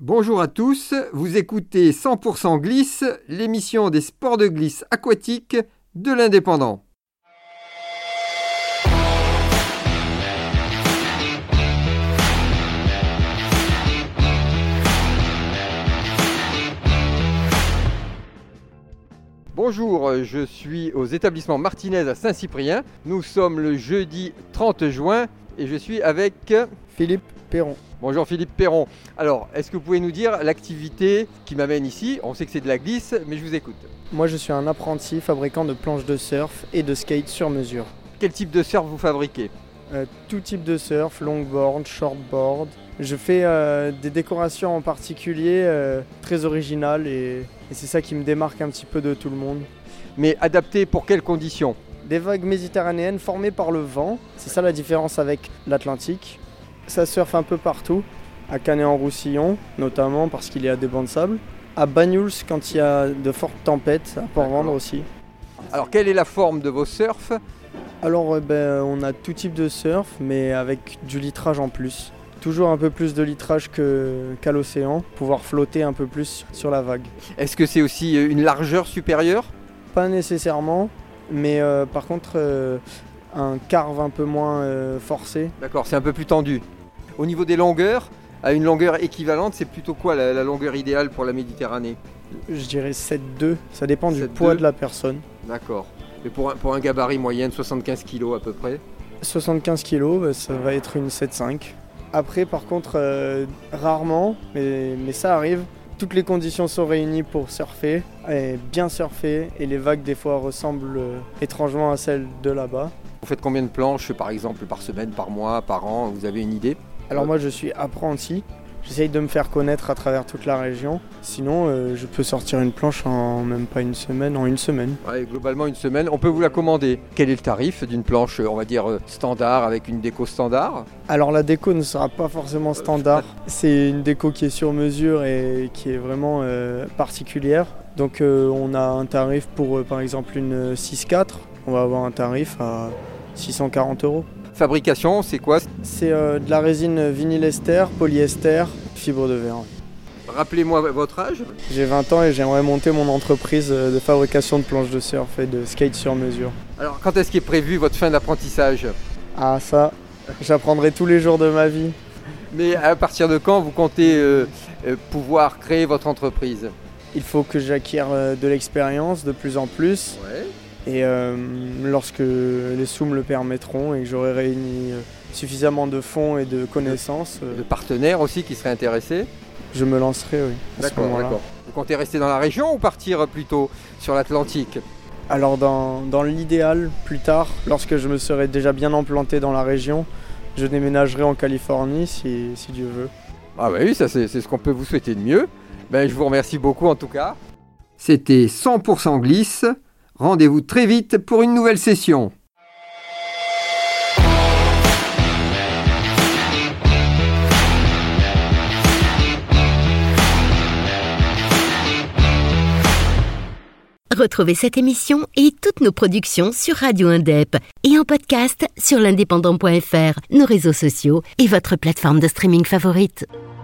Bonjour à tous, vous écoutez 100% Glisse, l'émission des sports de glisse aquatique de l'Indépendant. Bonjour, je suis aux établissements Martinez à Saint-Cyprien. Nous sommes le jeudi 30 juin et je suis avec Philippe Perron. Bonjour Philippe Perron. Alors, est-ce que vous pouvez nous dire l'activité qui m'amène ici? On sait que c'est de la glisse, mais je vous écoute. Moi, je suis un apprenti fabricant de planches de surf et de skate sur mesure. Quel type de surf vous fabriquez? Tout type de surf, longboard, shortboard. Je fais des décorations en particulier très originales et c'est ça qui me démarque un petit peu de tout le monde. Mais adapté pour quelles conditions? Des vagues méditerranéennes formées par le vent, c'est ça la différence avec l'Atlantique. Ça surfe un peu partout, à Canet-en-Roussillon notamment parce qu'il y a des bancs de sable. À Banyuls quand il y a de fortes tempêtes, à Port-Vendre aussi. Alors quelle est la forme de vos surfs? Alors on a tout type de surf mais avec du litrage en plus. Toujours un peu plus de litrage qu'à l'océan, pouvoir flotter un peu plus sur la vague. Est-ce que c'est aussi une largeur supérieure? Pas nécessairement, mais par contre un carve un peu moins forcé. D'accord, c'est un peu plus tendu. Au niveau des longueurs, à une longueur équivalente, c'est plutôt quoi la longueur idéale pour la Méditerranée? Je dirais 7,2, ça dépend du poids de la personne. D'accord. Et pour un gabarit moyen de 75 kg à peu près? 75 kg, ça va être une 7,5. Après par contre, rarement, mais ça arrive, toutes les conditions sont réunies pour surfer, et bien surfer, et les vagues des fois ressemblent étrangement à celles de là-bas. Vous faites combien de planches par exemple par semaine, par mois, par an? Vous avez une idée? Alors moi je suis apprenti, j'essaye de me faire connaître à travers toute la région. Sinon je peux sortir une planche en même pas une semaine, en une semaine. Ouais, globalement une semaine, on peut vous la commander. Quel est le tarif d'une planche, on va dire standard, avec une déco standard? Alors la déco ne sera pas forcément standard, c'est une déco qui est sur mesure et qui est vraiment particulière. Donc on a un tarif pour par exemple une 6-4, on va avoir un tarif à 640 €. Fabrication, c'est quoi? C'est de la résine vinyle-ester, polyester, fibre de verre. Rappelez-moi votre âge. J'ai 20 ans et j'aimerais monter mon entreprise de fabrication de planches de surf et de skate sur mesure. Alors, quand est-ce qu'est prévu votre fin d'apprentissage? Ah ça, j'apprendrai tous les jours de ma vie. Mais à partir de quand vous comptez pouvoir créer votre entreprise? Il faut que j'acquière de l'expérience de plus en plus. Ouais. Et lorsque les sous me le permettront et que j'aurai réuni suffisamment de fonds et de connaissances... De partenaires aussi qui seraient intéressés? Je me lancerai, oui, à ce moment-là. D'accord. Vous comptez rester dans la région ou partir plutôt sur l'Atlantique? Alors dans l'idéal, plus tard, lorsque je me serai déjà bien implanté dans la région, je déménagerai en Californie si Dieu veut. Ah bah oui, ça c'est ce qu'on peut vous souhaiter de mieux. Ben, je vous remercie beaucoup en tout cas. C'était 100% Glisse. Rendez-vous très vite pour une nouvelle session. Retrouvez cette émission et toutes nos productions sur Radio Indep et en podcast sur l'indépendant.fr, nos réseaux sociaux et votre plateforme de streaming favorite.